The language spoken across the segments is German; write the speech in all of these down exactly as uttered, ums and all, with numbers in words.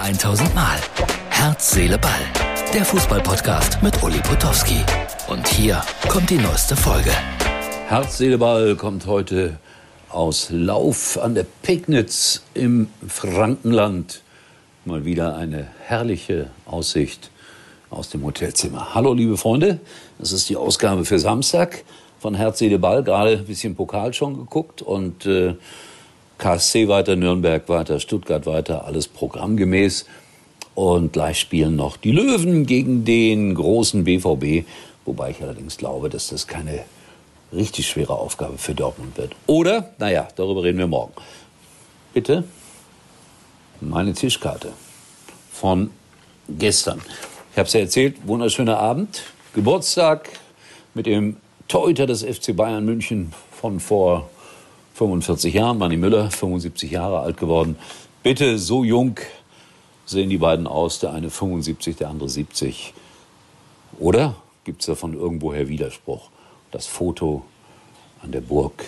tausend Mal. Herz, Seele, Ball. Der Fußball-Podcast mit Uli Potowski. Und hier kommt die neueste Folge. Herz, Seele, Ball kommt heute aus Lauf an der Pegnitz im Frankenland. Mal wieder eine herrliche Aussicht aus dem Hotelzimmer. Hallo liebe Freunde, das ist die Ausgabe für Samstag von Herz, Seele, Ball. Gerade ein bisschen Pokal schon geguckt und äh, K S C weiter, Nürnberg weiter, Stuttgart weiter, alles programmgemäß. Und gleich spielen noch die Löwen gegen den großen B V B. Wobei ich allerdings glaube, dass das keine richtig schwere Aufgabe für Dortmund wird. Oder, naja, darüber reden wir morgen. Bitte, meine Tischkarte von gestern. Ich habe es ja erzählt, wunderschöner Abend, Geburtstag mit dem Torhüter des F C Bayern München von vor fünfundvierzig Jahren, Manni Müller, fünfundsiebzig Jahre alt geworden. Bitte, so jung sehen die beiden aus, der eine fünfundsiebzig, der andere siebzig. Oder gibt es da von irgendwoher Widerspruch? Das Foto an der Burg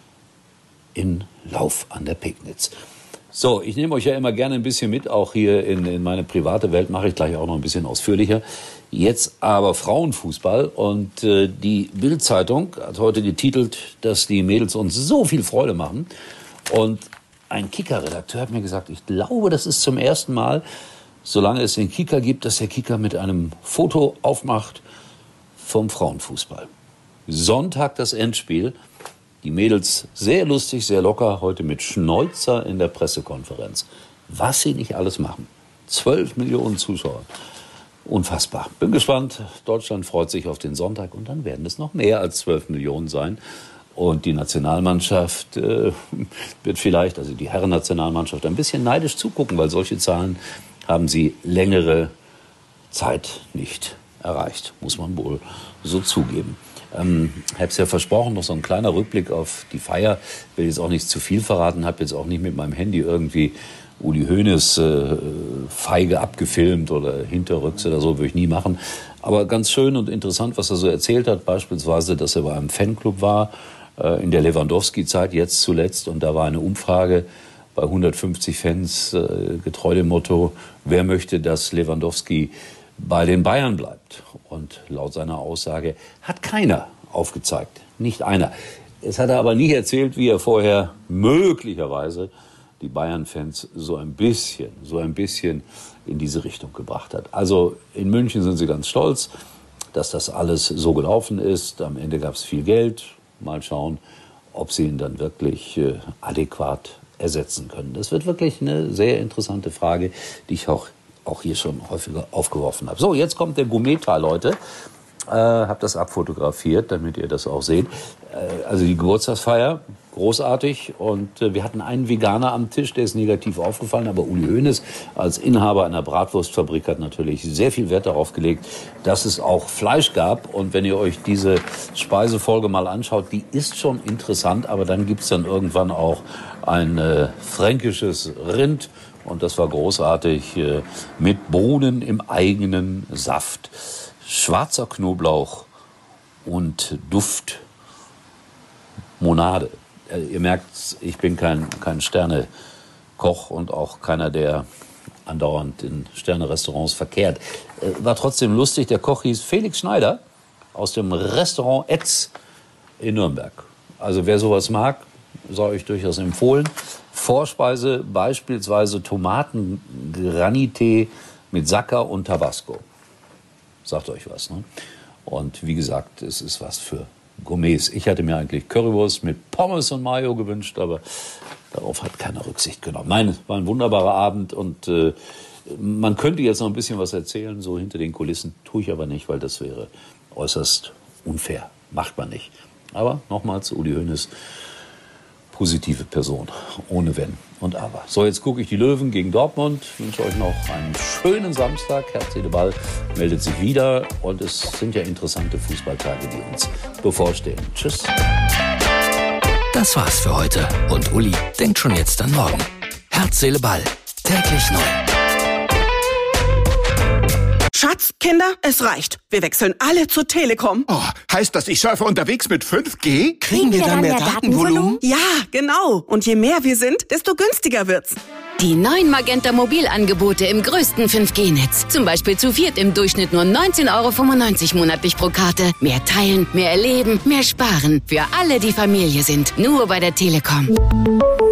in Lauf an der Pegnitz. So, ich nehme euch ja immer gerne ein bisschen mit, auch hier in, in meine private Welt, mache ich gleich auch noch ein bisschen ausführlicher. Jetzt aber Frauenfußball und äh, die Bild-Zeitung hat heute getitelt, dass die Mädels uns so viel Freude machen. Und ein Kicker-Redakteur hat mir gesagt, ich glaube, das ist zum ersten Mal, solange es den Kicker gibt, dass der Kicker mit einem Foto aufmacht vom Frauenfußball. Sonntag das Endspiel. Die Mädels sehr lustig, sehr locker, heute mit Schnäuzer in der Pressekonferenz. Was sie nicht alles machen. Zwölf Millionen Zuschauer. Unfassbar. Bin gespannt. Deutschland freut sich auf den Sonntag und dann werden es noch mehr als zwölf Millionen sein. Und die Nationalmannschaft äh, wird vielleicht, also die Herren-Nationalmannschaft, ein bisschen neidisch zugucken, weil solche Zahlen haben sie längere Zeit nicht erreicht, muss man wohl so zugeben. Ähm, ich habe es ja versprochen, noch so ein kleiner Rückblick auf die Feier. Ich will jetzt auch nicht zu viel verraten, habe jetzt auch nicht mit meinem Handy irgendwie Uli Hoeneß äh, feige abgefilmt oder hinterrücks oder so, würde ich nie machen. Aber ganz schön und interessant, was er so erzählt hat, beispielsweise, dass er bei einem Fanclub war, äh, in der Lewandowski-Zeit, jetzt zuletzt, und da war eine Umfrage bei hundertfünfzig Fans, äh, getreu dem Motto, wer möchte, dass Lewandowski bei den Bayern bleibt. Und laut seiner Aussage hat keiner aufgezeigt, nicht einer. Es hat er aber nie erzählt, wie er vorher möglicherweise die Bayern-Fans so ein bisschen, so ein bisschen in diese Richtung gebracht hat. Also in München sind sie ganz stolz, dass das alles so gelaufen ist. Am Ende gab es viel Geld. Mal schauen, ob sie ihn dann wirklich äh, adäquat ersetzen können. Das wird wirklich eine sehr interessante Frage, die ich auch auch hier schon häufiger aufgeworfen habe. So, jetzt kommt der Gourmet-Teil, Leute. Äh, habe das abfotografiert, damit ihr das auch seht. Äh, also die Geburtstagsfeier, großartig. Und äh, wir hatten einen Veganer am Tisch, der ist negativ aufgefallen. Aber Uli Hoeneß als Inhaber einer Bratwurstfabrik hat natürlich sehr viel Wert darauf gelegt, dass es auch Fleisch gab. Und wenn ihr euch diese Speisefolge mal anschaut, die ist schon interessant. Aber dann gibt's dann irgendwann auch ein äh, fränkisches Rind. Und das war großartig, äh, mit Bohnen im eigenen Saft, schwarzer Knoblauch und Duftmonade. Äh, ihr merkt, ich bin kein, kein Sternekoch und auch keiner, der andauernd in Sterne-Restaurants verkehrt. Äh, war trotzdem lustig, der Koch hieß Felix Schneider aus dem Restaurant Etz in Nürnberg. Also wer sowas mag, sei euch durchaus empfohlen. Vorspeise beispielsweise Tomaten-Granitee mit Sacker und Tabasco. Sagt euch was, ne? Und wie gesagt, es ist was für Gourmets. Ich hatte mir eigentlich Currywurst mit Pommes und Mayo gewünscht, aber darauf hat keiner Rücksicht genommen. Nein, es war ein wunderbarer Abend und äh, man könnte jetzt noch ein bisschen was erzählen, so hinter den Kulissen. Tue ich aber nicht, weil das wäre äußerst unfair. Macht man nicht. Aber nochmals, Uli Hoeneß, positive Person, ohne Wenn und Aber. So, jetzt gucke ich die Löwen gegen Dortmund. Ich wünsche euch noch einen schönen Samstag. Herz, Seele, Ball meldet sich wieder. Und es sind ja interessante Fußballtage, die uns bevorstehen. Tschüss. Das war's für heute. Und Uli denkt schon jetzt an morgen. Herz, Seele, Ball. Täglich neu. Schatz, Kinder, es reicht. Wir wechseln alle zur Telekom. Oh, heißt das, ich surfe unterwegs mit fünf G? Kriegen wir dann mehr Datenvolumen? Ja, genau. Und je mehr wir sind, desto günstiger wird's. Die neuen Magenta Mobilangebote im größten fünf G Netz. Zum Beispiel zu viert im Durchschnitt nur neunzehn Euro fünfundneunzig monatlich pro Karte. Mehr teilen, mehr erleben, mehr sparen. Für alle, die Familie sind. Nur bei der Telekom.